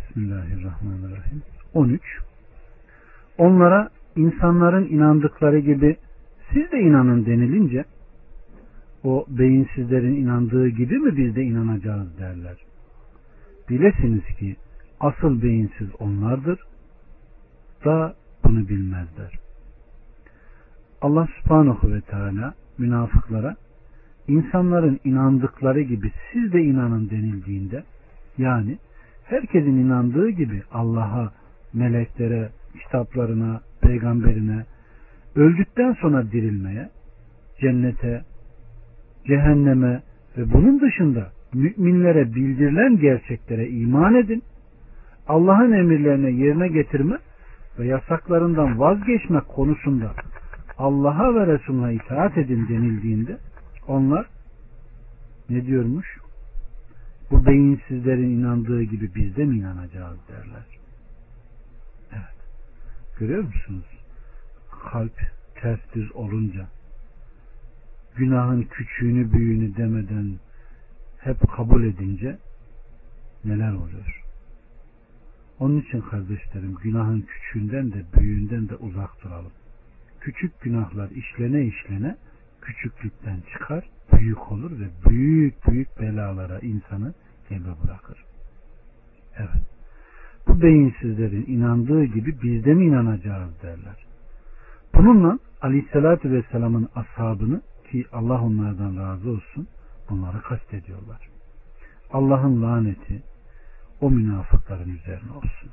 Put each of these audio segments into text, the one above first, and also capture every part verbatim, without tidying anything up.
Bismillahirrahmanirrahim. on üç. Onlara insanların inandıkları gibi siz de inanın denilince o beyinsizlerin inandığı gibi mi biz de inanacağız derler. Bilesiniz ki asıl beyinsiz onlardır da bunu bilmezler. Allah subhanahu ve teala münafıklara insanların inandıkları gibi siz de inanın denildiğinde, yani herkesin inandığı gibi Allah'a, meleklere, kitaplarına, peygamberine, öldükten sonra dirilmeye, cennete, cehenneme ve bunun dışında müminlere bildirilen gerçeklere iman edin, Allah'ın emirlerine yerine getirme ve yasaklarından vazgeçmek konusunda Allah'a ve Resulüne itaat edin denildiğinde onlar ne diyormuş? Bu beyinsizlerin inandığı gibi biz de mi inanacağız derler. Evet. Görüyor musunuz? Kalp ters düz olunca, günahın küçüğünü büyüğünü demeden hep kabul edince neler oluyor? Onun için kardeşlerim, günahın küçüğünden de büyüğünden de uzak duralım. Küçük günahlar işlene işlene küçüklükten çıkar, büyük olur ve büyük büyük belalara insanı gebe bırakır. Evet. Bu beyinsizlerin inandığı gibi biz de mi inanacağız derler. Bununla Aleyhisselatü Vesselam'ın ashabını, ki Allah onlardan razı olsun, bunları kastediyorlar. Allah'ın laneti o münafıkların üzerine olsun.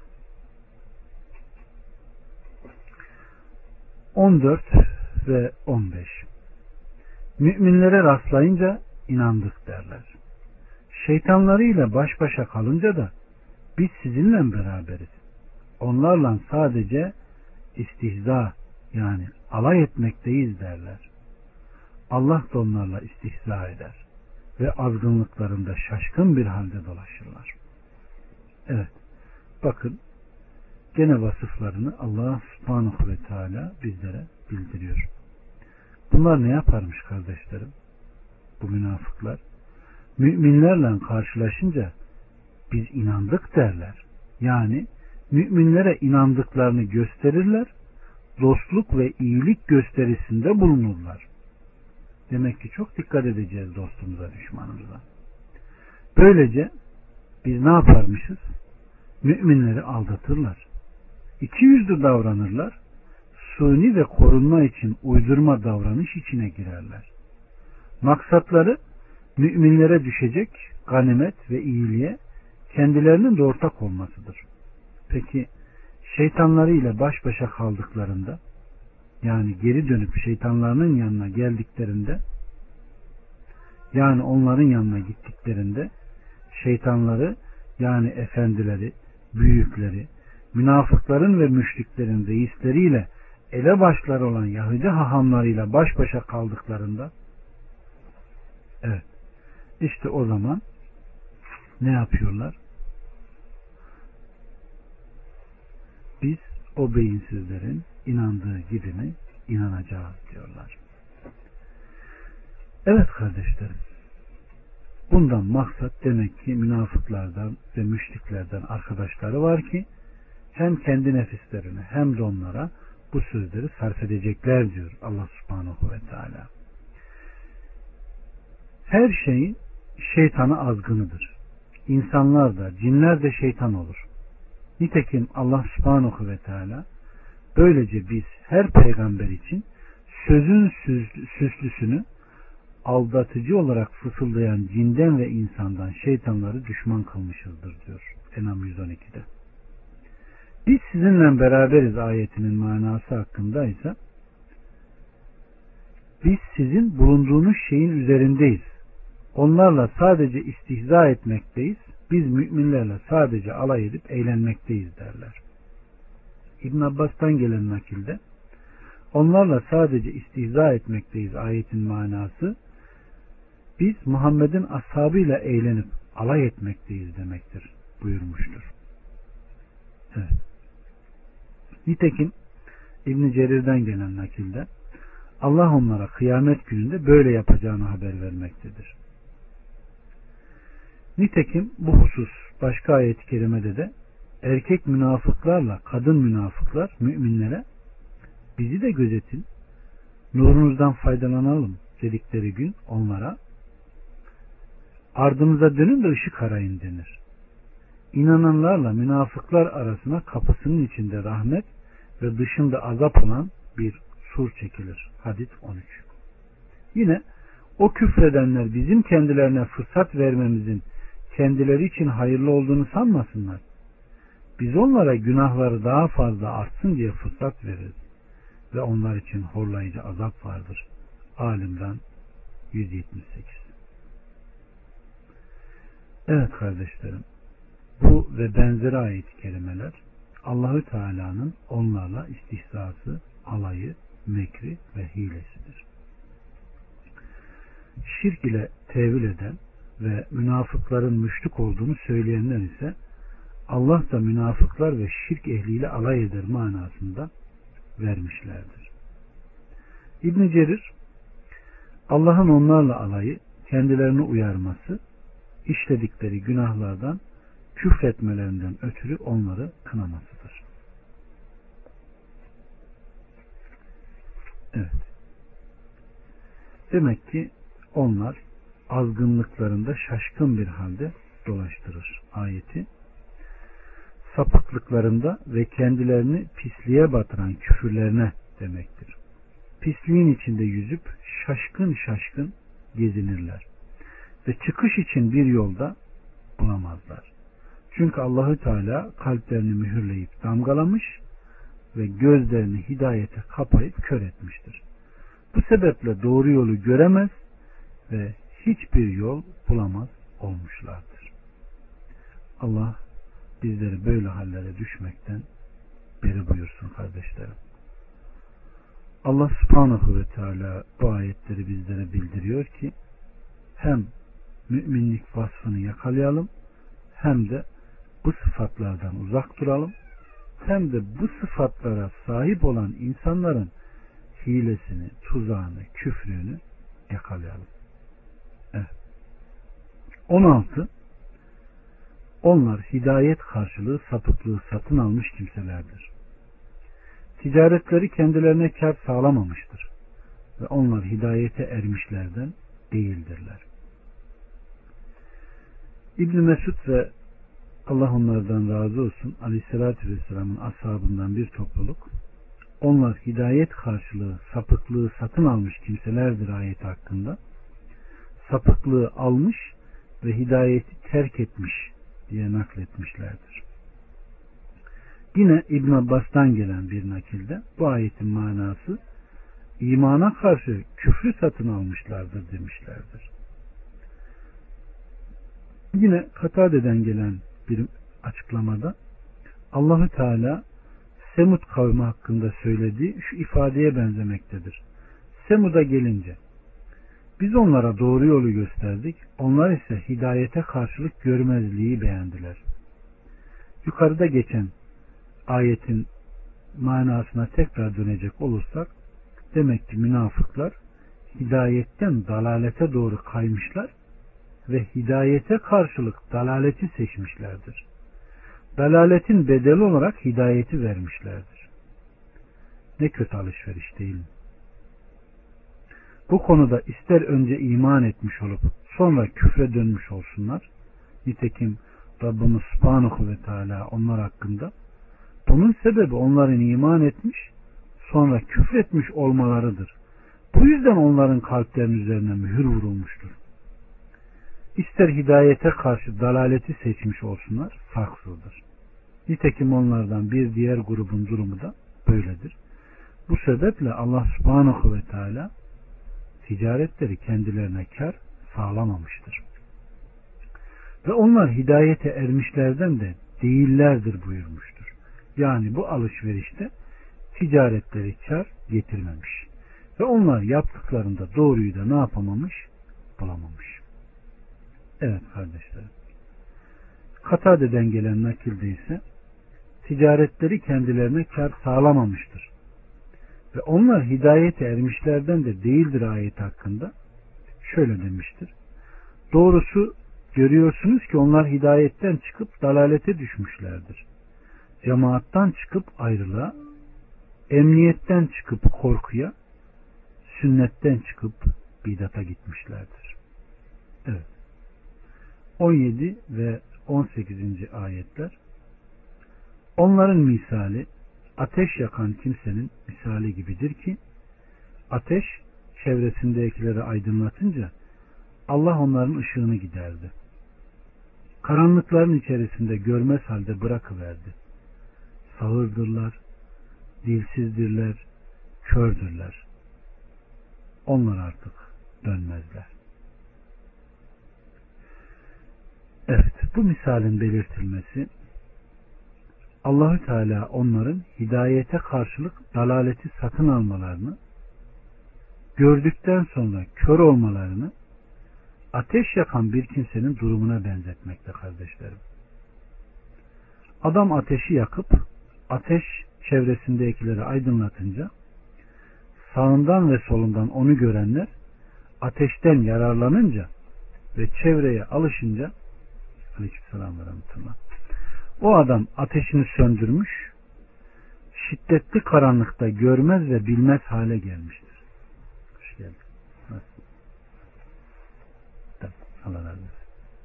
on dört ve on beş. Müminlere rastlayınca inandık derler. Şeytanlarıyla baş başa kalınca da biz sizinle beraberiz. Onlarla sadece istihza, yani alay etmekteyiz derler. Allah da onlarla istihza eder ve azgınlıklarında şaşkın bir halde dolaşırlar. Evet, bakın gene vasıflarını Allah subhanahu ve teala bizlere bildiriyor. Bunlar ne yaparmış kardeşlerim? Bu münafıklar müminlerle karşılaşınca biz inandık derler. Yani müminlere inandıklarını gösterirler, dostluk ve iyilik gösterisinde bulunurlar. Demek ki çok dikkat edeceğiz dostumuza, düşmanımıza. Böylece biz ne yaparmışız? Müminleri aldatırlar. İki yüzlü davranırlar. Suni ve korunma için uydurma davranış içine girerler. Maksatları müminlere düşecek ganimet ve iyiliğe kendilerinin de ortak olmasıdır. Peki şeytanlarıyla baş başa kaldıklarında, yani geri dönüp şeytanlarının yanına geldiklerinde, yani onların yanına gittiklerinde şeytanları, yani efendileri, büyükleri, münafıkların ve müşriklerin reisleriyle elebaşları olan Yahudi hahamlarıyla baş başa kaldıklarında, evet, işte o zaman ne yapıyorlar? Biz o beyinsizlerin inandığı gibi mi inanacağız diyorlar. Evet kardeşlerim, bundan maksat demek ki münafıklardan ve müşriklerden arkadaşları var ki hem kendi nefislerine hem de onlara bu sözleri sarf edecekler diyor Allah subhanahu ve teala. Her şeyin şeytanı azgınıdır. İnsanlar da cinler de şeytan olur. Nitekim Allah subhanahu ve teala böylece biz her peygamber için sözün süslüsünü aldatıcı olarak fısıldayan cinden ve insandan şeytanları düşman kılmışızdır diyor Enam yüz on ikide. Biz sizinle beraberiz ayetinin manası hakkında ise biz sizin bulunduğunuz şeyin üzerindeyiz. Onlarla sadece istihza etmekteyiz. Biz müminlerle sadece alay edip eğlenmekteyiz derler. İbn Abbas'tan gelen nakilde onlarla sadece istihza etmekteyiz ayetin manası biz Muhammed'in ashabıyla eğlenip alay etmekteyiz demektir buyurmuştur. Evet. Nitekim İbn Cerir'den gelen nakilde Allah onlara kıyamet gününde böyle yapacağını haber vermektedir. Nitekim bu husus başka ayet-i kerimede de erkek münafıklarla kadın münafıklar müminlere bizi de gözetin, nurunuzdan faydalanalım dedikleri gün onlara ardınıza dönün de ışık arayın denir. İnananlarla münafıklar arasına kapısının içinde rahmet ve dışında azap olan bir sur çekilir. Hadis on üç. Yine o küfredenler bizim kendilerine fırsat vermemizin kendileri için hayırlı olduğunu sanmasınlar. Biz onlara günahları daha fazla artsın diye fırsat veririz. Ve onlar için horlayıcı azap vardır. Alim'den yüz yetmiş sekiz. Evet kardeşlerim, bu ve benzeri ayet-i kerimeler Allahü Teala'nın onlarla istihzası, alayı, mekri ve hilesidir. Şirk ile tevil eden ve münafıkların müşrik olduğunu söyleyenler ise Allah da münafıklar ve şirk ehliyle alay eder manasında vermişlerdir. İbn Cerir, Allah'ın onlarla alayı, kendilerini uyarması, işledikleri günahlardan, küfretmelerinden ötürü onları kınamasıdır. Evet. Demek ki onlar azgınlıklarında şaşkın bir halde dolaştırır ayeti. Sapıklıklarında ve kendilerini pisliğe batıran küfürlerine demektir. Pisliğin içinde yüzüp şaşkın şaşkın gezinirler. Ve çıkış için bir yolda bulamazlar. Çünkü Allahü Teala kalplerini mühürleyip damgalamış ve gözlerini hidayete kapayıp kör etmiştir. Bu sebeple doğru yolu göremez ve hiçbir yol bulamaz olmuşlardır. Allah bizleri böyle hallere düşmekten beri buyursun kardeşlerim. Allah subhanahu ve teala bu ayetleri bizlere bildiriyor ki hem müminlik vasfını yakalayalım hem de bu sıfatlardan uzak duralım hem de bu sıfatlara sahip olan insanların hilesini, tuzağını, küfrünü yakalayalım. Evet. on altı Onlar hidayet karşılığı sapıklığı satın almış kimselerdir. Ticaretleri kendilerine kar sağlamamıştır ve onlar hidayete ermişlerden değildirler. İbn Mesud ve Allah onlardan razı olsun Aleyhisselatü Vesselam'ın ashabından bir topluluk, onlar hidayet karşılığı sapıklığı satın almış kimselerdir ayeti hakkında sapıklığı almış ve hidayeti terk etmiş diye nakletmişlerdir. Yine İbn Abbas'tan gelen bir nakilde bu ayetin manası imana karşı küfrü satın almışlardır demişlerdir. Yine Katade'den gelen bir açıklamada Allahü Teala Semud kavmi hakkında söylediği şu ifadeye benzemektedir. Semud'a gelince biz onlara doğru yolu gösterdik, onlar ise hidayete karşılık görmezliği beğendiler. Yukarıda geçen ayetin manasına tekrar dönecek olursak, demek ki münafıklar hidayetten dalalete doğru kaymışlar ve hidayete karşılık dalaleti seçmişlerdir. Dalaletin bedeli olarak hidayeti vermişlerdir. Ne kötü alışveriş değil mi? Bu konuda ister önce iman etmiş olup sonra küfre dönmüş olsunlar. Nitekim Rabbimiz Subhanahu ve Teala onlar hakkında bunun sebebi onların iman etmiş sonra küfretmiş olmalarıdır. Bu yüzden onların kalplerinin üzerine mühür vurulmuştur. İster hidayete karşı dalaleti seçmiş olsunlar, farksızdır. Nitekim onlardan bir diğer grubun durumu da böyledir. Bu sebeple Allah Subhanahu ve Teala ticaretleri kendilerine kar sağlamamıştır. Ve onlar hidayete ermişlerden de değillerdir buyurmuştur. Yani bu alışverişte ticaretleri kar getirmemiş. Ve onlar yaptıklarında doğruyu da ne yapamamış? Bulamamış. Evet kardeşlerim. Katade'den gelen nakilde ise ticaretleri kendilerine kar sağlamamıştır. Ve onlar hidayete ermişlerden de değildir ayet hakkında şöyle demiştir. Doğrusu görüyorsunuz ki onlar hidayetten çıkıp dalalete düşmüşlerdir. cemaattan çıkıp ayrılığa, emniyetten çıkıp korkuya, sünnetten çıkıp bidata gitmişlerdir. Evet. on yedi ve on sekizinci ayetler. Onların misali ateş yakan kimsenin misali gibidir ki, ateş çevresindekileri aydınlatınca Allah onların ışığını giderdi. Karanlıkların içerisinde görmez halde bırakıverdi. Sağırdırlar, dilsizdirler, kördürler. Onlar artık dönmezler. Evet, bu misalin belirtilmesi, Allahü Teala onların hidayete karşılık dalaleti satın almalarını, gördükten sonra kör olmalarını ateş yakan bir kimsenin durumuna benzetmekte kardeşlerim. Adam ateşi yakıp ateş çevresindekileri aydınlatınca sağından ve solundan onu görenler ateşten yararlanınca ve çevreye alışınca Aleykümselam ve Rahmetullah. O adam ateşini söndürmüş, şiddetli karanlıkta görmez ve bilmez hale gelmiştir. Hoş geldin. Nasıl? Allah razı olsun.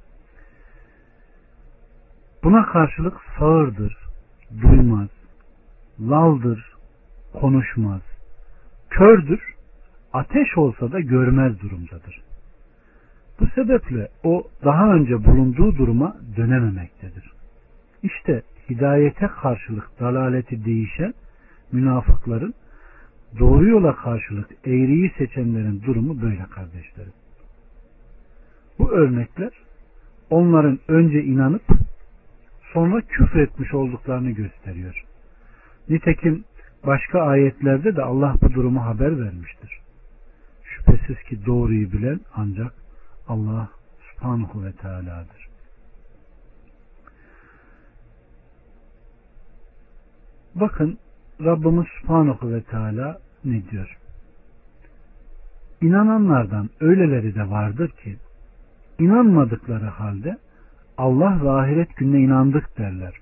Buna karşılık sağırdır, duymaz, laldır, konuşmaz, kördür, ateş olsa da görmez durumdadır. Bu sebeple o daha önce bulunduğu duruma dönememektedir. İşte hidayete karşılık dalaleti değişen münafıkların, doğru yola karşılık eğriyi seçenlerin durumu böyle kardeşlerim. Bu örnekler onların önce inanıp sonra küfretmiş olduklarını gösteriyor. Nitekim başka ayetlerde de Allah bu durumu haber vermiştir. Şüphesiz ki doğruyu bilen ancak Allah Subhanahu ve Teala'dır. Bakın Rabbimiz Subhanahu ve Teala ne diyor? İnananlardan öyleleri de vardır ki inanmadıkları halde Allah ve ahiret gününe inandık derler.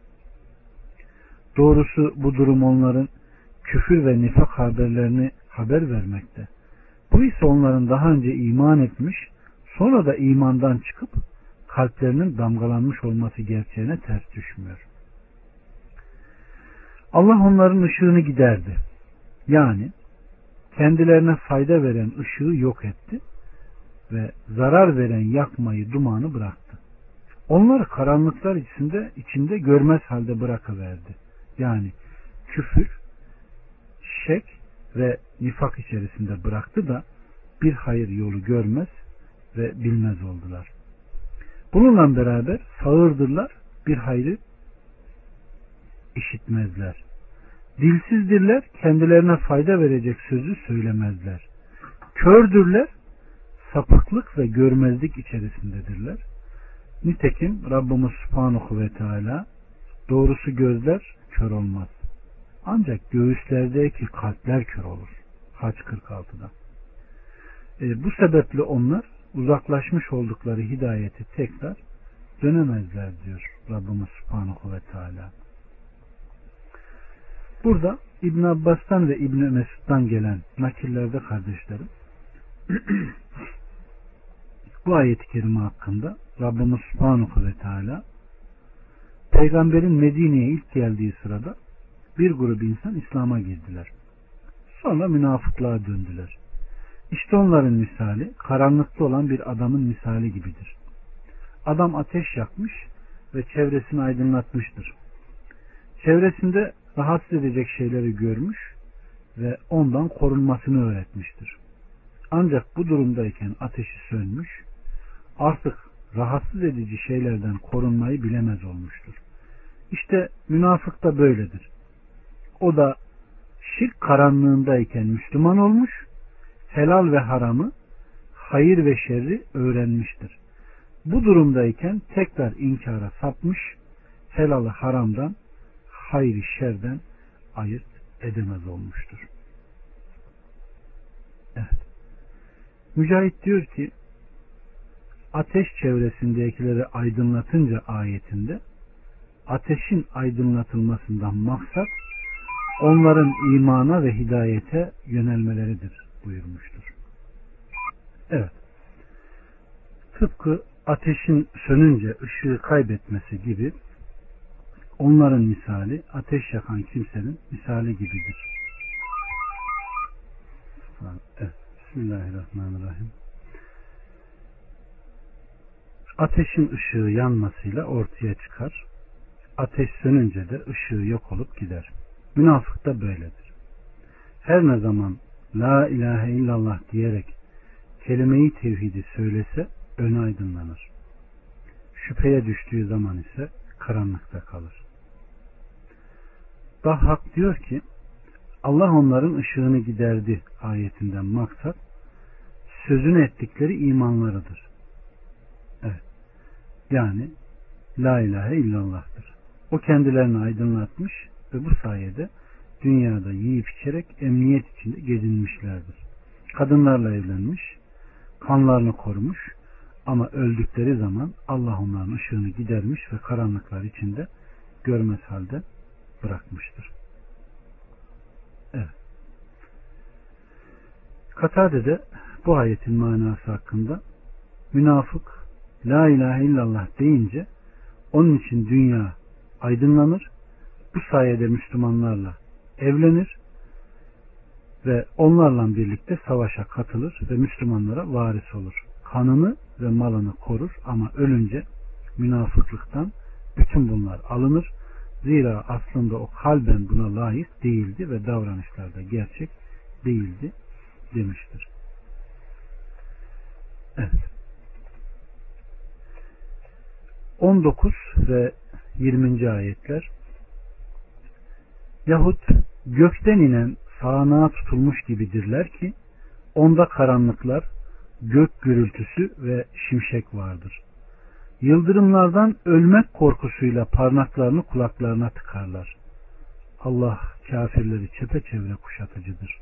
Doğrusu bu durum onların küfür ve nifak haberlerini haber vermekte. Bu ise onların daha önce iman etmiş, sonra da imandan çıkıp kalplerinin damgalanmış olması gerçeğine ters düşmüyor. Allah onların ışığını giderdi. Yani kendilerine fayda veren ışığı yok etti ve zarar veren yakmayı, dumanı bıraktı. Onları karanlıklar içinde, içinde görmez halde bırakıverdi. Yani küfür, şek ve nifak içerisinde bıraktı da bir hayır yolu görmez ve bilmez oldular. Bununla beraber sağırdırlar, bir hayrı işitmezler. Dilsizdirler, kendilerine fayda verecek sözü söylemezler. Kördürler, sapıklık ve görmezlik içerisindedirler. Nitekim Rabbimiz Subhanahu ve Teala doğrusu gözler kör olmaz. Ancak göğüslerdeki kalpler kör olur. Hac kırk altıda. E, bu sebeple onlar uzaklaşmış oldukları hidayeti tekrar dönemezler diyor Rabbimiz Subhanahu ve Teala. Burada İbn Abbas'tan ve İbn Mesud'dan gelen nakillerde kardeşlerim bu ayet-i kerime hakkında Rabbimiz Subhanahu ve Teala Peygamberin Medine'ye ilk geldiği sırada bir grup insan İslam'a girdiler. Sonra münafıklığa döndüler. İşte onların misali karanlıkta olan bir adamın misali gibidir. Adam ateş yakmış ve çevresini aydınlatmıştır. Çevresinde rahatsız edecek şeyleri görmüş ve ondan korunmasını öğretmiştir. Ancak bu durumdayken ateşi sönmüş, artık rahatsız edici şeylerden korunmayı bilemez olmuştur. İşte münafık da böyledir. O da şirk karanlığındayken Müslüman olmuş, helal ve haramı, hayır ve şerri öğrenmiştir. Bu durumdayken tekrar inkara sapmış, helalı haramdan, hayır şerden ayırt edemez olmuştur. Evet. Mücahit diyor ki, ateş çevresindekileri aydınlatınca ayetinde ateşin aydınlatılmasından maksat onların imana ve hidayete yönelmeleridir buyurmuştur. Evet. Tıpkı ateşin sönünce ışığı kaybetmesi gibi onların misali ateş yakan kimsenin misali gibidir. Evet. Bismillahirrahmanirrahim. Ateşin ışığı yanmasıyla ortaya çıkar. Ateş sönünce de ışığı yok olup gider. Münafık da böyledir. Her ne zaman la ilahe illallah diyerek kelime-i tevhidi söylese önü aydınlanır. Şüpheye düştüğü zaman ise karanlıkta kalır. Dahhak diyor ki Allah onların ışığını giderdi ayetinden maksat sözünü ettikleri imanlarıdır. Evet. Yani la ilahe illallah'tır. O kendilerini aydınlatmış ve bu sayede dünyada yiyip içerek emniyet içinde gezinmişlerdir. Kadınlarla evlenmiş, kanlarını korumuş ama öldükleri zaman Allah onların ışığını gidermiş ve karanlıklar içinde görmez halde bırakmıştır. Evet. Katade'de bu ayetin manası hakkında münafık la ilahe illallah deyince onun için dünya aydınlanır, bu sayede Müslümanlarla evlenir ve onlarla birlikte savaşa katılır ve Müslümanlara varis olur. Kanını ve malını korur ama ölünce münafıklıktan bütün bunlar alınır. Zira aslında o kalben buna layık değildi ve davranışlarda gerçek değildi demiştir. Evet. on dokuz ve yirminci ayetler yahut gökten inen sağanağa tutulmuş gibidirler ki onda karanlıklar, gök gürültüsü ve şimşek vardır. Yıldırımlardan ölmek korkusuyla parmaklarını kulaklarına tıkarlar. Allah kafirleri çepeçevre kuşatıcıdır.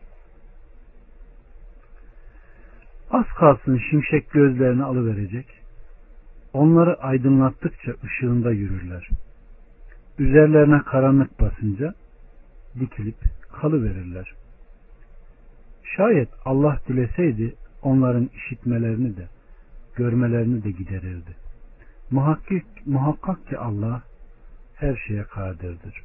Az kalsın şimşek gözlerini alıverecek. Onları aydınlattıkça ışığında yürürler. Üzerlerine karanlık basınca dikilip kalıverirler. Şayet Allah dileseydi onların işitmelerini de görmelerini de giderirdi. Muhakkak, muhakkak ki Allah her şeye kadirdir.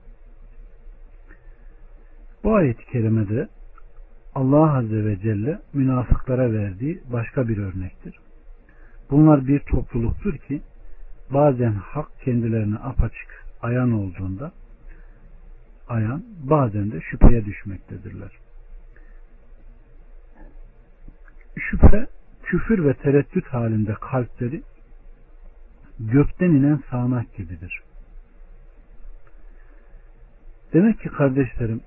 Bu ayet-i kerimede Allah Azze ve Celle münafıklara verdiği başka bir örnektir. Bunlar bir topluluktur ki bazen hak kendilerine apaçık ayan olduğunda ayan, bazen de şüpheye düşmektedirler. Şüphe, küfür ve tereddüt halinde kalpleri gökten inen sağanak gibidir. Demek ki kardeşlerim,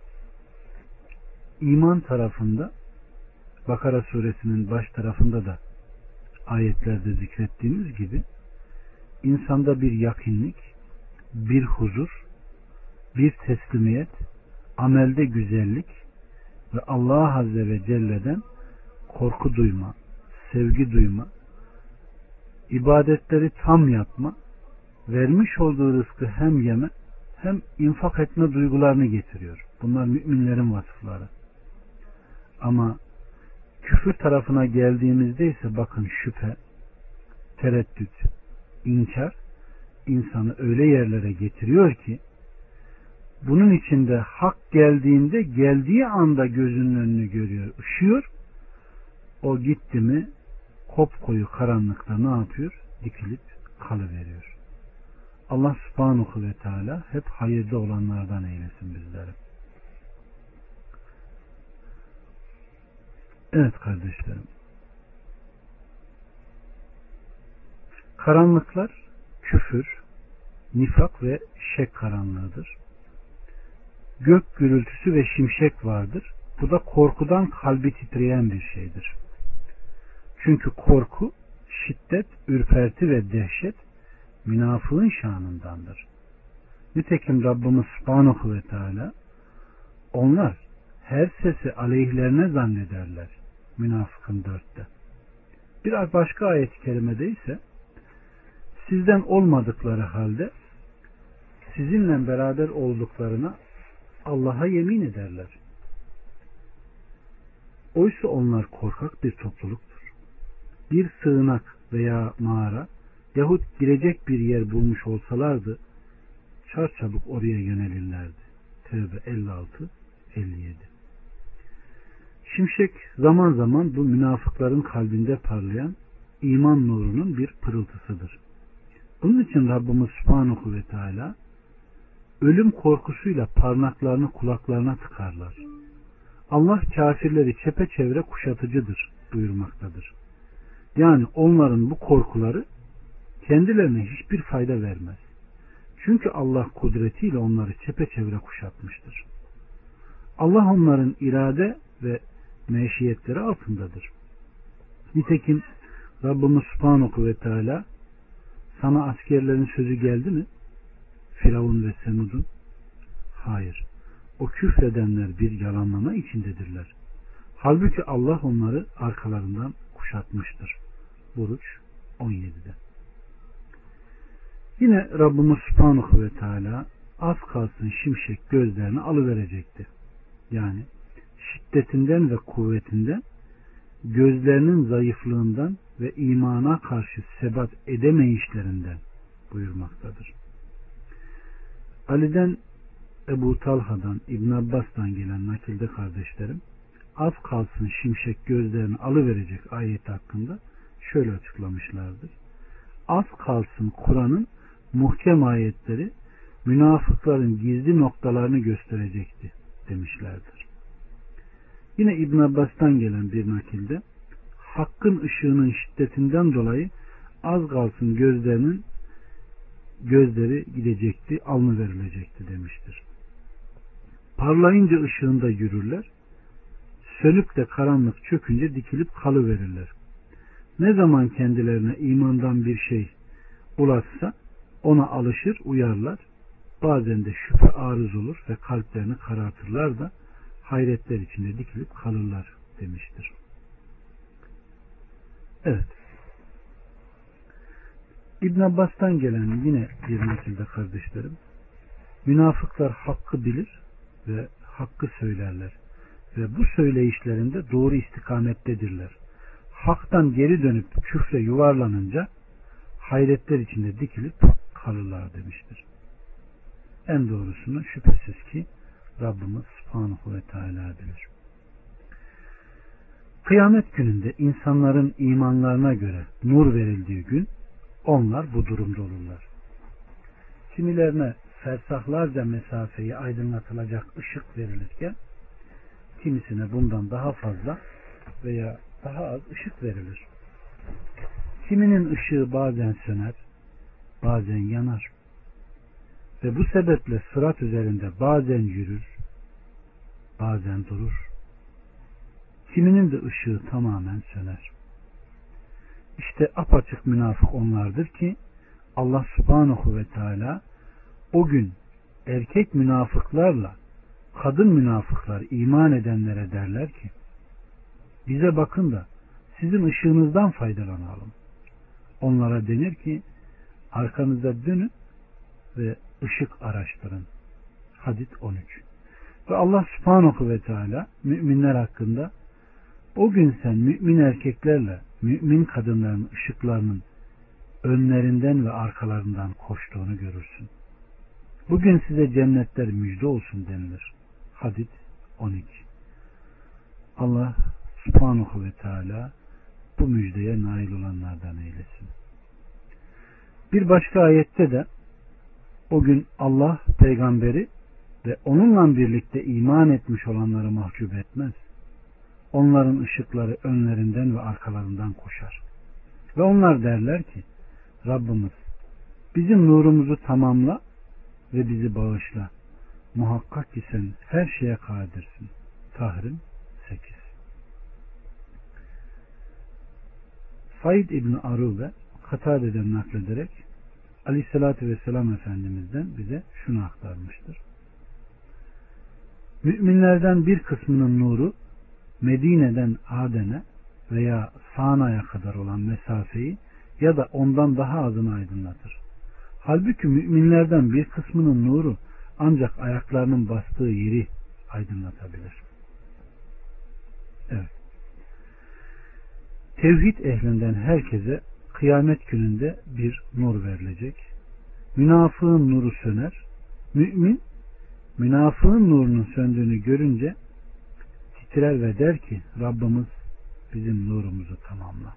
iman tarafında Bakara suresinin baş tarafında da ayetlerde zikrettiğimiz gibi insanda bir yakınlık, bir huzur, bir teslimiyet, amelde güzellik ve Allah Azze ve Celle'den korku duyma, sevgi duyma, ibadetleri tam yapma, vermiş olduğu rızkı hem yeme hem infak etme duygularını getiriyor. Bunlar müminlerin vasıfları. Ama küfür tarafına geldiğimizde ise bakın şüphe, tereddüt, inkar insanı öyle yerlere getiriyor ki bunun içinde hak geldiğinde geldiği anda gözünün önünü görüyor, ışıyor. O gitti mi kopkoyu karanlıkta ne yapıyor? Dikilip kalıveriyor. Allah subhanahu ve teala hep hayırda olanlardan eylesin bizleri. Evet kardeşlerim. Karanlıklar küfür, nifak ve şek karanlığıdır. Gök gürültüsü ve şimşek vardır. Bu da korkudan kalbi titreyen bir şeydir. Çünkü korku, şiddet, ürperti ve dehşet münafığın şanındandır. Nitekim Rabbimiz Subhanahu ve Teala onlar her sesi aleyhlerine zannederler. Münafıkın dörtte. Biraz başka ayet-i kerimede ise sizden olmadıkları halde sizinle beraber olduklarına Allah'a yemin ederler. Oysa onlar korkak bir topluluktur. Bir sığınak veya mağara yahut girecek bir yer bulmuş olsalardı çarçabuk oraya yönelirlerdi. Tevbe elli altı elli yedi. Şimşek zaman zaman bu münafıkların kalbinde parlayan iman nurunun bir pırıltısıdır. Bunun için Rabbimiz Subhanahu ve Teala ölüm korkusuyla parmaklarını kulaklarına tıkarlar. Allah kafirleri çepeçevre kuşatıcıdır buyurmaktadır. Yani onların bu korkuları kendilerine hiçbir fayda vermez. Çünkü Allah kudretiyle onları çepeçevre kuşatmıştır. Allah onların irade ve meşiyetleri altındadır. Nitekim Rabbimiz Subhanahu ve Teala sana askerlerin sözü geldi mi? Firavun ve Semud'un. Hayır. O küfredenler bir yalanlama içindedirler. Halbuki Allah onları arkalarından kuşatmıştır. Buruç on yedide. Yine Rabbimiz Subhanahu ve Teala az kalsın şimşek gözlerini alıverecekti. Yani şiddetinden ve kuvvetinden, gözlerinin zayıflığından ve imana karşı sebat edemeyişlerinden buyurmaktadır. Ali'den, Ebu Talha'dan, İbn Abbas'tan gelen nakilde kardeşlerim, az kalsın şimşek gözlerini alıverecek ayet hakkında şöyle açıklamışlardır. Az kalsın Kur'an'ın muhkem ayetleri münafıkların gizli noktalarını gösterecekti demişlerdir. Yine İbn Abbas'tan gelen bir nakilde hakkın ışığının şiddetinden dolayı az kalsın gözlerinin gözleri gidecekti, alnı verilecekti demiştir. Parlayınca ışığında yürürler, sönüp de karanlık çökünce dikilip kalıverirler. Ne zaman kendilerine imandan bir şey ulaşsa ona alışır, uyarlar. Bazen de şüphe arız olur ve kalplerini karartırlar da hayretler içinde dikilip kalırlar demiştir. Evet. İbn Abbas'tan gelen yine bir nakilde kardeşlerim, münafıklar hakkı bilir ve hakkı söylerler ve bu söyleyişlerinde doğru istikamettedirler. Haktan geri dönüp küfre yuvarlanınca hayretler içinde dikilip kalırlar demiştir. En doğrusunu şüphesiz ki Rabbimiz Subhanahu ve Teala bilir. Kıyamet gününde insanların imanlarına göre nur verildiği gün onlar bu durumda olurlar. Kimilerine fersahlarca mesafeyi aydınlatılacak ışık verilirken kimisine bundan daha fazla veya daha az ışık verilir. Kiminin ışığı bazen söner, bazen yanar ve bu sebeple sırat üzerinde bazen yürür, bazen durur. Kiminin de ışığı tamamen söner. İşte apaçık münafık onlardır ki Allah Subhanahu ve Teala o gün erkek münafıklarla kadın münafıklar iman edenlere derler ki bize bakın da sizin ışığınızdan faydalanalım. Onlara denir ki arkanıza dönün ve ışık araştırın. Hadid on üç. Ve Allah Subhanahu ve Teala müminler hakkında o gün sen mümin erkeklerle mümin kadınların ışıklarının önlerinden ve arkalarından koştuğunu görürsün. Bugün size cennetler müjde olsun denilir. Hadid on iki. Allah Subhanahu ve Teala bu müjdeye nail olanlardan eylesin. Bir başka ayette de o gün Allah peygamberi ve onunla birlikte iman etmiş olanları mahcup etmez. Onların ışıkları önlerinden ve arkalarından koşar. Ve onlar derler ki Rabbimiz bizim nurumuzu tamamla ve bizi bağışla. Muhakkak ki sen her şeye kadirsin. Tahrim sekiz. Said İbni Arube Katade'den naklederek Aleyhisselatü Vesselam Efendimiz'den bize şunu aktarmıştır. Müminlerden bir kısmının nuru Medine'den Aden'e veya Sana'ya kadar olan mesafeyi ya da ondan daha azını aydınlatır. Halbuki müminlerden bir kısmının nuru ancak ayaklarının bastığı yeri aydınlatabilir. Evet. Tevhid ehlinden herkese kıyamet gününde bir nur verilecek. Münafığın nuru söner. Mümin münafığın nurunun söndüğünü görünce titrer ve der ki Rabbimiz bizim nurumuzu tamamla.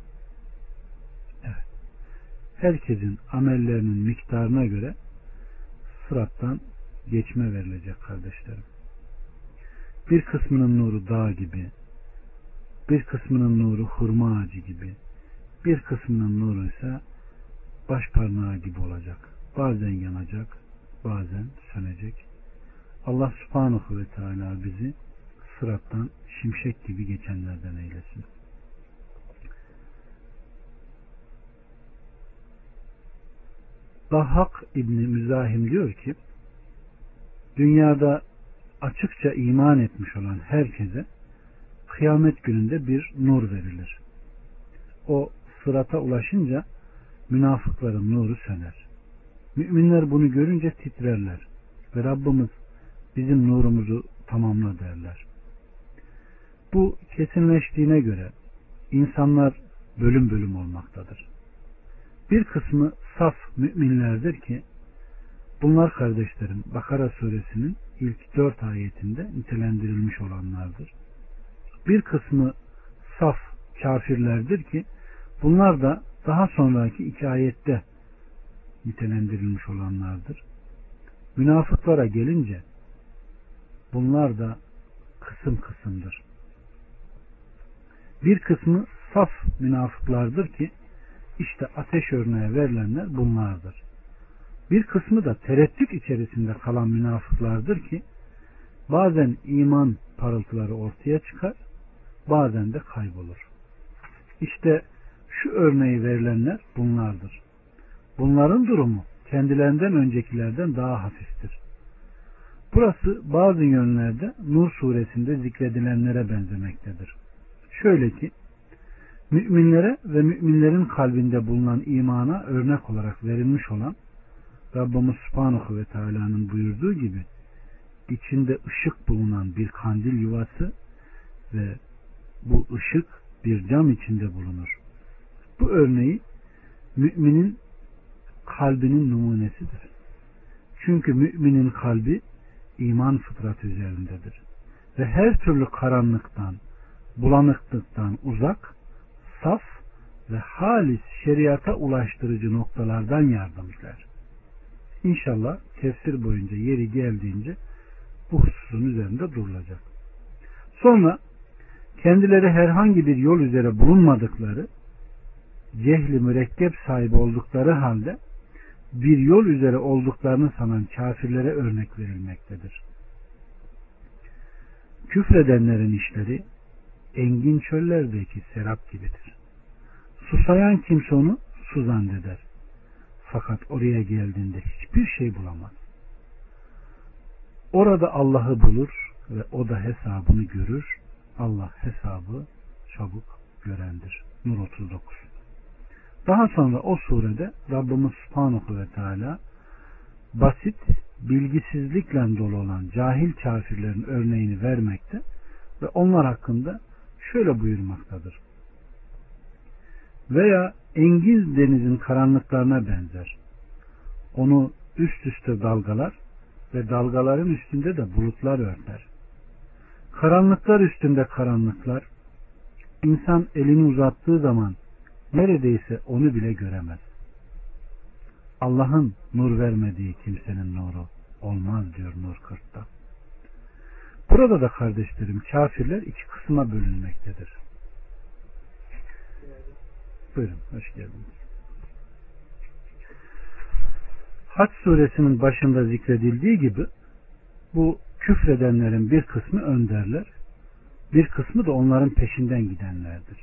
Evet. Herkesin amellerinin miktarına göre sırattan geçme verilecek kardeşlerim. Bir kısmının nuru dağ gibi, bir kısmının nuru hurma ağacı gibi, bir kısmının nuru ise baş parmağı gibi olacak. Bazen yanacak, bazen sönecek. Allah subhanahu ve teala bizi sırattan şimşek gibi geçenlerden eylesin. Dahhak İbni Müzahim diyor ki, dünyada açıkça iman etmiş olan herkese kıyamet gününde bir nur verilir. O sırata ulaşınca münafıkların nuru söner. Müminler bunu görünce titrerler ve Rabbimiz bizim nurumuzu tamamla derler. Bu kesinleştiğine göre insanlar bölüm bölüm olmaktadır. Bir kısmı saf müminlerdir ki bunlar kardeşlerim Bakara suresinin ilk dört ayetinde nitelendirilmiş olanlardır. Bir kısmı saf kafirlerdir ki bunlar da daha sonraki iki ayette nitelendirilmiş olanlardır. Münafıklara gelince bunlar da kısım kısımdır. Bir kısmı saf münafıklardır ki işte ateş örneği verilenler bunlardır. Bir kısmı da tereddüt içerisinde kalan münafıklardır ki bazen iman parıltıları ortaya çıkar, bazen de kaybolur. İşte şu örneği verilenler bunlardır. Bunların durumu kendilerinden öncekilerden daha hafiftir. Burası bazı yönlerde Nur suresinde zikredilenlere benzemektedir. Şöyle ki, müminlere ve müminlerin kalbinde bulunan imana örnek olarak verilmiş olan Rabbimiz Subhanahu ve Teala'nın buyurduğu gibi içinde ışık bulunan bir kandil yuvası ve bu ışık bir cam içinde bulunur. Bu örneği müminin kalbinin numunesidir. Çünkü müminin kalbi iman fıtratı üzerindedir. Ve her türlü karanlıktan, bulanıklıktan uzak, saf ve halis şeriata ulaştırıcı noktalardan yardım eder. İnşallah tefsir boyunca yeri geldiğince bu hususun üzerinde durulacak. Sonra kendileri herhangi bir yol üzere bulunmadıkları, cehli mürekkep sahibi oldukları halde bir yol üzere olduklarını sanan kafirlere örnek verilmektedir. Küfredenlerin işleri engin çöllerdeki serap gibidir. Susayan kimse onu su zanneder. Fakat oraya geldiğinde hiçbir şey bulamaz. Orada Allah'ı bulur ve o da hesabını görür. Allah hesabı çabuk görendir. Nur otuz dokuz. Daha sonra o surede Rabbimiz Subhanahu ve Teala basit, bilgisizlikle dolu olan cahil kafirlerin örneğini vermekte ve onlar hakkında şöyle buyurmaktadır. Veya Engiz denizin karanlıklarına benzer. Onu üst üste dalgalar ve dalgaların üstünde de bulutlar örter. Karanlıklar üstünde karanlıklar, insan elini uzattığı zaman neredeyse onu bile göremez. Allah'ın nur vermediği kimsenin nuru olmaz diyor Nur kırkta. Burada da kardeşlerim kafirler iki kısma bölünmektedir. Buyurun, hoş geldiniz. Hac suresinin başında zikredildiği gibi bu küfredenlerin bir kısmı önderler, bir kısmı da onların peşinden gidenlerdir.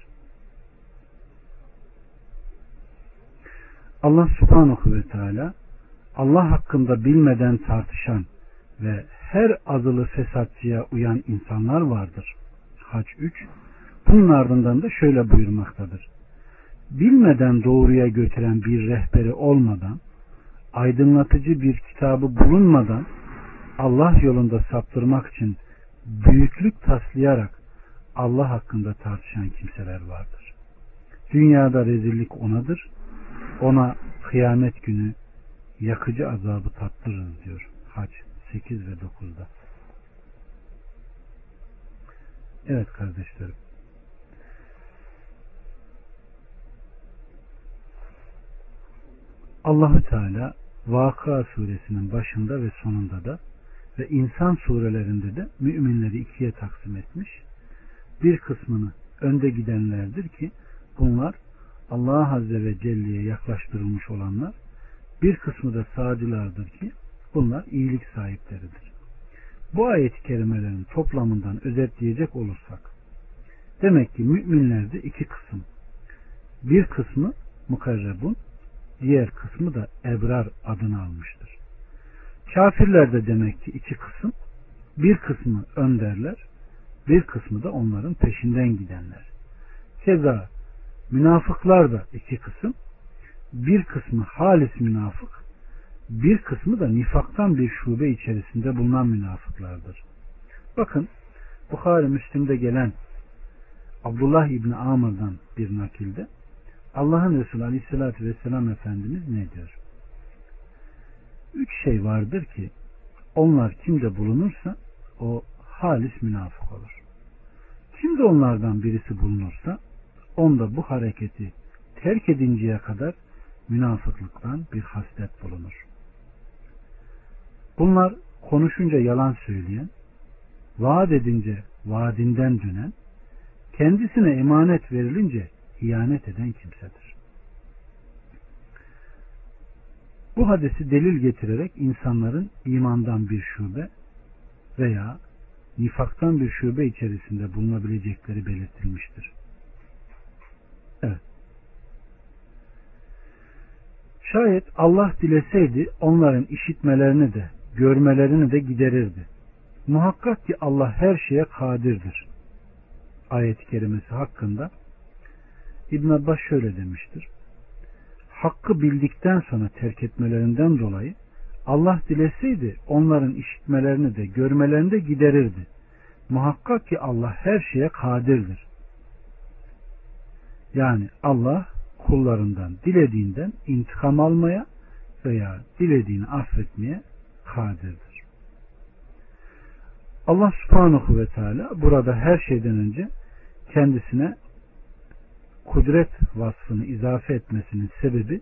Allah Subhanahu ve Teala Allah hakkında bilmeden tartışan ve her azılı fesatçıya uyan insanlar vardır. Hac üç. Bunun ardından da şöyle buyurmaktadır. Bilmeden doğruya götüren bir rehberi olmadan aydınlatıcı bir kitabı bulunmadan Allah yolunda saptırmak için büyüklük taslayarak Allah hakkında tartışan kimseler vardır. Dünyada rezillik onadır. Ona kıyamet günü yakıcı azabı tattırırız diyor Hac sekiz ve dokuzda. Evet kardeşlerim. Allah-u Teala Vakıa suresinin başında ve sonunda da ve insan surelerinde de müminleri ikiye taksim etmiş. Bir kısmını önde gidenlerdir ki bunlar Allah Azze ve Celle'ye yaklaştırılmış olanlar, bir kısmı da sağcılardır ki bunlar iyilik sahipleridir. Bu ayet-i kerimelerin toplamından özetleyecek olursak, demek ki müminlerde iki kısım. Bir kısmı mukarrebun, diğer kısmı da ebrar adını almıştır. Kafirlerde demek ki iki kısım. Bir kısmı önderler, bir kısmı da onların peşinden gidenler. Keza münafıklar da iki kısım. Bir kısmı halis münafık, bir kısmı da nifaktan bir şube içerisinde bulunan münafıklardır. Bakın Bukhari Müslim'de gelen Abdullah İbni Amr'dan bir nakilde Allah'ın Resulü Aleyhisselatü Vesselam Efendimiz ne diyor? Üç şey vardır ki onlar kimde bulunursa o halis münafık olur. Kimde onlardan birisi bulunursa onda bu hareketi terk edinceye kadar münafıklıktan bir haslet bulunur. Bunlar konuşunca yalan söyleyen, vaat edince vaadinden dönen, kendisine emanet verilince ihanet eden kimsedir. Bu hadisi delil getirerek insanların imandan bir şube veya nifaktan bir şube içerisinde bulunabilecekleri belirtilmiştir. Evet. Şayet Allah dileseydi onların işitmelerini de görmelerini de giderirdi. Muhakkak ki Allah her şeye kadirdir. Ayet-i kerimesi hakkında İbn Abbas şöyle demiştir. Hakkı bildikten sonra terk etmelerinden dolayı Allah dileseydi onların işitmelerini de görmelerini de giderirdi. Muhakkak ki Allah her şeye kadirdir. Yani Allah kullarından dilediğinden intikam almaya veya dilediğini affetmeye kadirdir. Allah Subhanahu ve Teala burada her şeyden önce kendisine kudret vasfını izafe etmesinin sebebi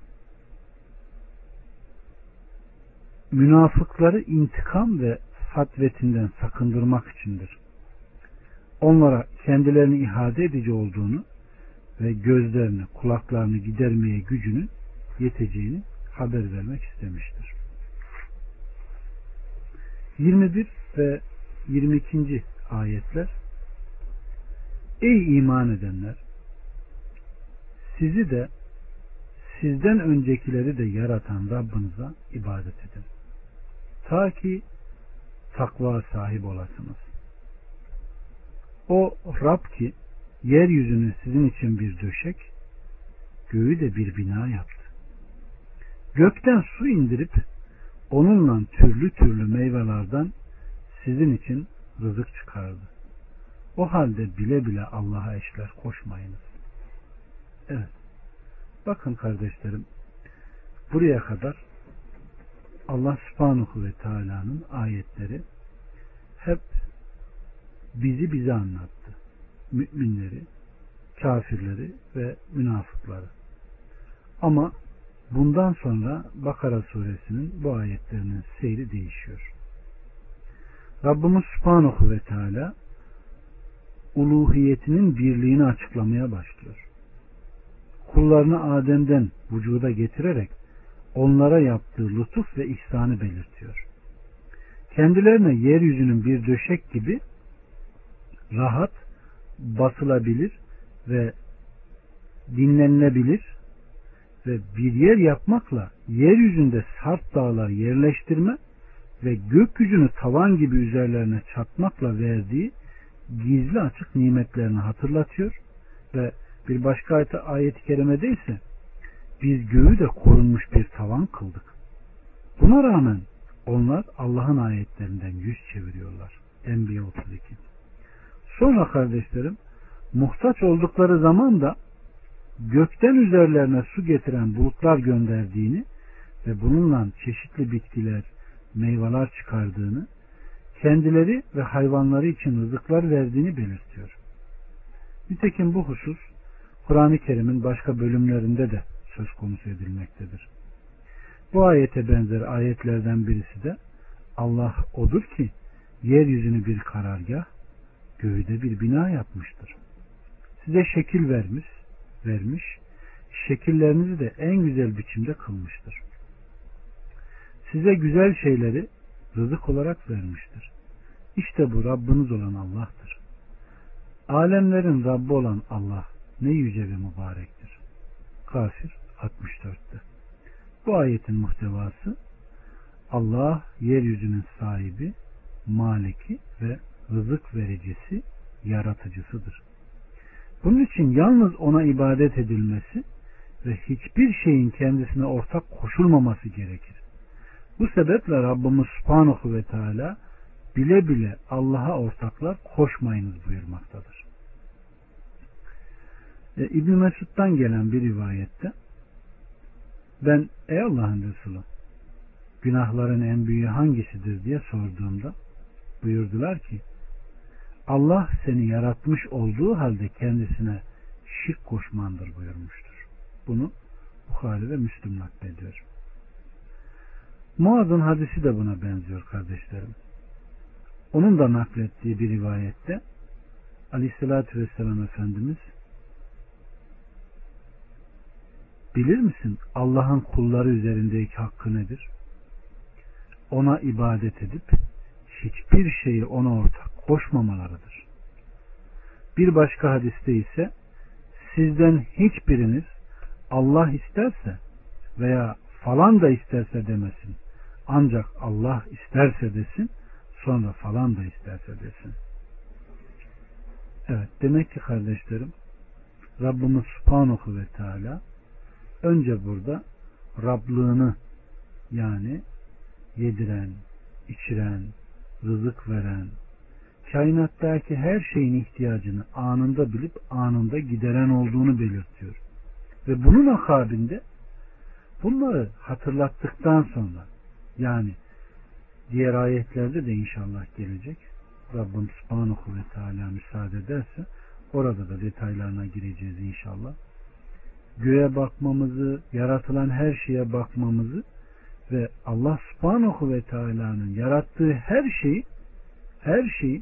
münafıkları intikam ve satvetinden sakındırmak içindir. Onlara kendilerini ihade edici olduğunu ve gözlerini, kulaklarını gidermeye gücünün yeteceğini haber vermek istemiştir. yirmi bir ve yirmi ikinci ayetler: Ey iman edenler! Sizi de sizden öncekileri de yaratan Rabbinize ibadet edin. Ta ki takva sahibi olasınız. O Rab ki yeryüzünü sizin için bir döşek, göğü de bir bina yaptı. Gökten su indirip onunla türlü türlü meyvelerden sizin için rızık çıkardı. O halde bile bile Allah'a eşler koşmayınız. Evet. Bakın kardeşlerim, buraya kadar Allah Subhanahu ve Teala'nın ayetleri hep bizi bize anlattı. Müminleri, kafirleri ve münafıkları. Ama bundan sonra Bakara suresinin bu ayetlerinin seyri değişiyor. Rabbimiz Subhanahu ve Teala uluhiyetinin birliğini açıklamaya başlıyor. Kullarını Adem'den vücuda getirerek onlara yaptığı lütuf ve ihsanı belirtiyor. Kendilerine yeryüzünün bir döşek gibi rahat, basılabilir ve dinlenilebilir ve bir yer yapmakla yeryüzünde sarp dağlar yerleştirme ve gökyüzünü tavan gibi üzerlerine çatmakla verdiği gizli açık nimetlerini hatırlatıyor ve bir başka ayet-i kerimede ise biz göğü de korunmuş bir tavan kıldık. Buna rağmen onlar Allah'ın ayetlerinden yüz çeviriyorlar. Enbiya otuz iki. Sonra kardeşlerim, muhtaç oldukları zaman da gökten üzerlerine su getiren bulutlar gönderdiğini ve bununla çeşitli bitkiler, meyveler çıkardığını, kendileri ve hayvanları için rızıklar verdiğini belirtiyor. Nitekim bu husus Kur'an-ı Kerim'in başka bölümlerinde de söz konusu edilmektedir. Bu ayete benzer ayetlerden birisi de Allah odur ki yeryüzünü bir karargah, göğü de bir bina yapmıştır. Size şekil vermiş, vermiş, şekillerinizi de en güzel biçimde kılmıştır. Size güzel şeyleri rızık olarak vermiştir. İşte bu Rabbiniz olan Allah'tır. Alemlerin Rabbi olan Allah ne yüce ve mübarektir. Kafir altmış dörtte. Bu ayetin muhtevası Allah yeryüzünün sahibi, maliki ve rızık vericisi, yaratıcısıdır. Bunun için yalnız ona ibadet edilmesi ve hiçbir şeyin kendisine ortak koşulmaması gerekir. Bu sebeple Rabbimiz Subhanahu ve Teala bile bile Allah'a ortaklar koşmayınız buyurmaktadır. E, İbn Mesud'dan gelen bir rivayette ben ey Allah'ın Resulü günahların en büyüğü hangisidir diye sorduğumda buyurdular ki Allah seni yaratmış olduğu halde kendisine şirk koşmandır buyurmuştur. Bunu Bukhari ve Müslim naklediyor. Muaz'ın hadisi de buna benziyor kardeşlerim. Onun da naklettiği bir rivayette Aleyhisselatü Vesselam Efendimiz bilir misin Allah'ın kulları üzerindeki hakkı nedir? Ona ibadet edip hiçbir şeyi ona ortak koşmamalarıdır. Bir başka hadiste ise sizden hiçbiriniz Allah isterse veya falan da isterse demesin. Ancak Allah isterse desin, sonra falan da isterse desin. Evet, demek ki kardeşlerim Rabbimiz Subhanahu ve Teala önce burada Rablığını, yani yediren, içiren, rızık veren, kainattaki her şeyin ihtiyacını anında bilip anında gideren olduğunu belirtiyor. Ve bunun akabinde bunları hatırlattıktan sonra, yani diğer ayetlerde de inşallah gelecek, Rabbim Subhanahu ve Teala müsaade ederse orada da detaylarına gireceğiz inşallah. Göğe bakmamızı, yaratılan her şeye bakmamızı ve Allah Subhanahu ve Teala'nın yarattığı her şeyi her şeyi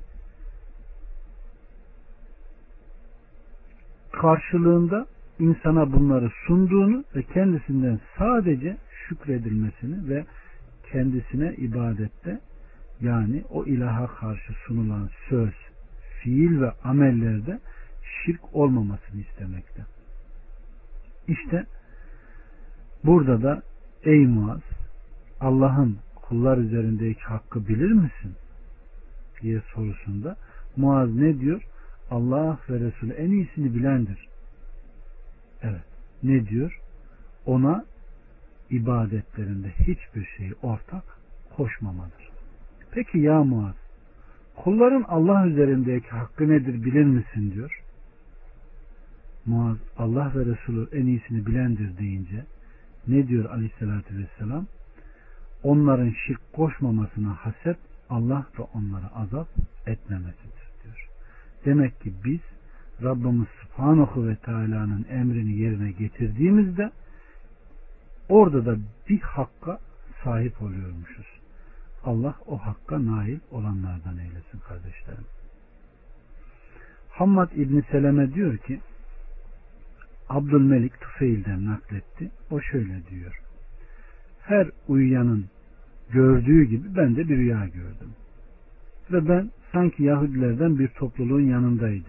karşılığında insana bunları sunduğunu ve kendisinden sadece şükredilmesini ve kendisine ibadette, yani o ilaha karşı sunulan söz, fiil ve amellerde şirk olmamasını istemekte. İşte burada da ey Muaz, Allah'ın kullar üzerindeki hakkı bilir misin diye sorusunda Muaz ne diyor? Allah ve Resulü en iyisini bilendir. Evet. Ne diyor? Ona ibadetlerinde hiçbir şeyi ortak koşmamadır. Peki ya Muaz, kulların Allah üzerindeki hakkı nedir bilir misin diyor. Muaz Allah ve Resulü en iyisini bilendir deyince ne diyor Aleyhisselatü Vesselam? Onların şirk koşmamasına haset, Allah da onlara azap etmemesidir diyor. Demek ki biz Rabbimiz Subhanahu ve Teala'nın emrini yerine getirdiğimizde orada da bir hakka sahip oluyormuşuz. Allah o hakka nail olanlardan eylesin kardeşlerim. Hammad İbni Seleme diyor ki Abdülmelik Tufeil'den nakletti. O şöyle diyor. Her uyuyanın gördüğü gibi ben de bir rüya gördüm. Ve ben sanki Yahudilerden bir topluluğun yanındaydım.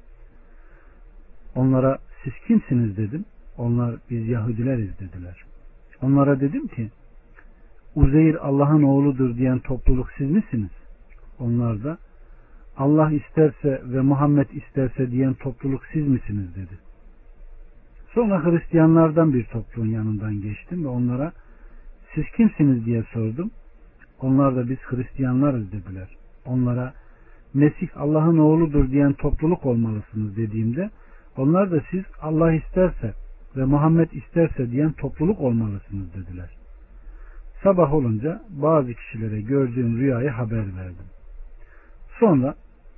Onlara siz kimsiniz dedim. Onlar biz Yahudileriz dediler. Onlara dedim ki Uzeyr Allah'ın oğludur diyen topluluk siz misiniz? Onlar da Allah isterse ve Muhammed isterse diyen topluluk siz misiniz dedi. Sonra Hristiyanlardan bir topluluğun yanından geçtim ve onlara siz kimsiniz diye sordum. Onlar da biz Hristiyanlarız dediler. Onlara Mesih Allah'ın oğludur diyen topluluk olmalısınız dediğimde onlar da siz Allah isterse ve Muhammed isterse diyen topluluk olmalısınız dediler. Sabah olunca bazı kişilere gördüğüm rüyayı haber verdim. Sonra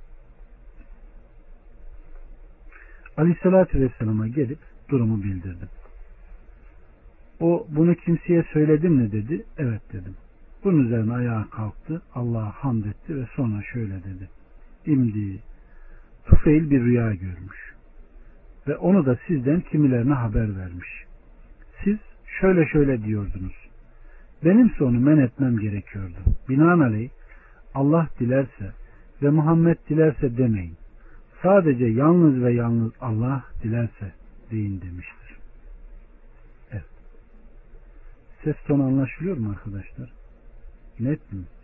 Aleyhisselatü Vesselam'a gelip durumu bildirdim. O bunu kimseye söyledin mi dedi. Evet dedim. Bunun üzerine ayağa kalktı. Allah'a hamd etti ve sonra şöyle dedi. İmdi Tufeil bir rüya görmüş. Ve onu da sizden kimilerine haber vermiş. Siz şöyle şöyle diyordunuz. Benimse onu men etmem gerekiyordu. Binaenaleyh Allah dilerse ve Muhammed dilerse demeyin. Sadece yalnız ve yalnız Allah dilerse deyin demiştir. Evet. Ses tonu anlaşılıyor mu arkadaşlar? Net mi?